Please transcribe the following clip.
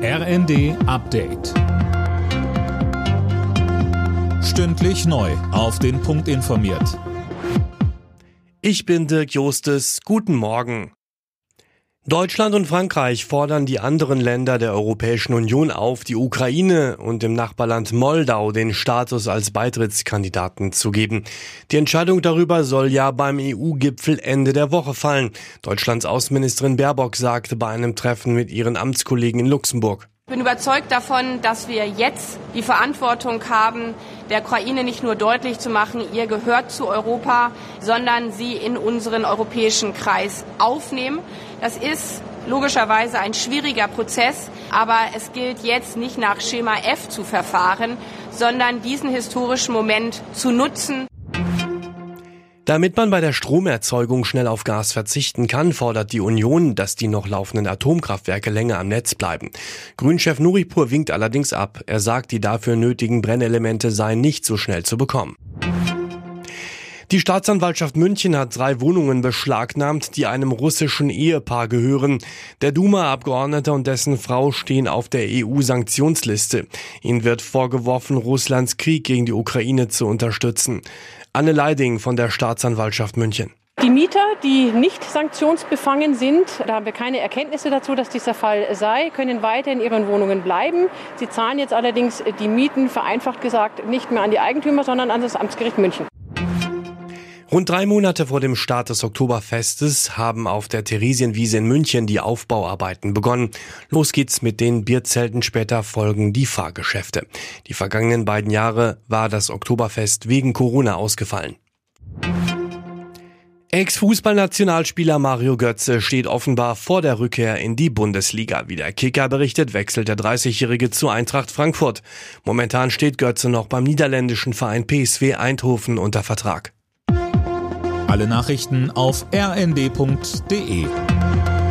RND Update. Stündlich neu auf den Punkt informiert. Ich bin Dirk Jostes. Guten Morgen. Deutschland und Frankreich fordern die anderen Länder der Europäischen Union auf, die Ukraine und dem Nachbarland Moldau den Status als Beitrittskandidaten zu geben. Die Entscheidung darüber soll ja beim EU-Gipfel Ende der Woche fallen. Deutschlands Außenministerin Baerbock sagte bei einem Treffen mit ihren Amtskollegen in Luxemburg: Ich bin überzeugt davon, dass wir jetzt die Verantwortung haben, der Ukraine nicht nur deutlich zu machen, ihr gehört zu Europa, sondern sie in unseren europäischen Kreis aufnehmen. Das ist logischerweise ein schwieriger Prozess, aber es gilt jetzt nicht nach Schema F zu verfahren, sondern diesen historischen Moment zu nutzen. Damit man bei der Stromerzeugung schnell auf Gas verzichten kann, fordert die Union, dass die noch laufenden Atomkraftwerke länger am Netz bleiben. Grünchef Nuripur winkt allerdings ab. Er sagt, die dafür nötigen Brennelemente seien nicht so schnell zu bekommen. Die Staatsanwaltschaft München hat 3 Wohnungen beschlagnahmt, die einem russischen Ehepaar gehören. Der Duma-Abgeordnete und dessen Frau stehen auf der EU-Sanktionsliste. Ihnen wird vorgeworfen, Russlands Krieg gegen die Ukraine zu unterstützen. Anne Leiding von der Staatsanwaltschaft München. Die Mieter, die nicht sanktionsbefangen sind, da haben wir keine Erkenntnisse dazu, dass dieser Fall sei, können weiter in ihren Wohnungen bleiben. Sie zahlen jetzt allerdings die Mieten, vereinfacht gesagt, nicht mehr an die Eigentümer, sondern an das Amtsgericht München. Rund 3 Monate vor dem Start des Oktoberfestes haben auf der Theresienwiese in München die Aufbauarbeiten begonnen. Los geht's mit den Bierzelten, später folgen die Fahrgeschäfte. Die vergangenen 2 Jahre war das Oktoberfest wegen Corona ausgefallen. Ex-Fußballnationalspieler Mario Götze steht offenbar vor der Rückkehr in die Bundesliga. Wie der Kicker berichtet, wechselt der 30-Jährige zu Eintracht Frankfurt. Momentan steht Götze noch beim niederländischen Verein PSV Eindhoven unter Vertrag. Alle Nachrichten auf rnd.de.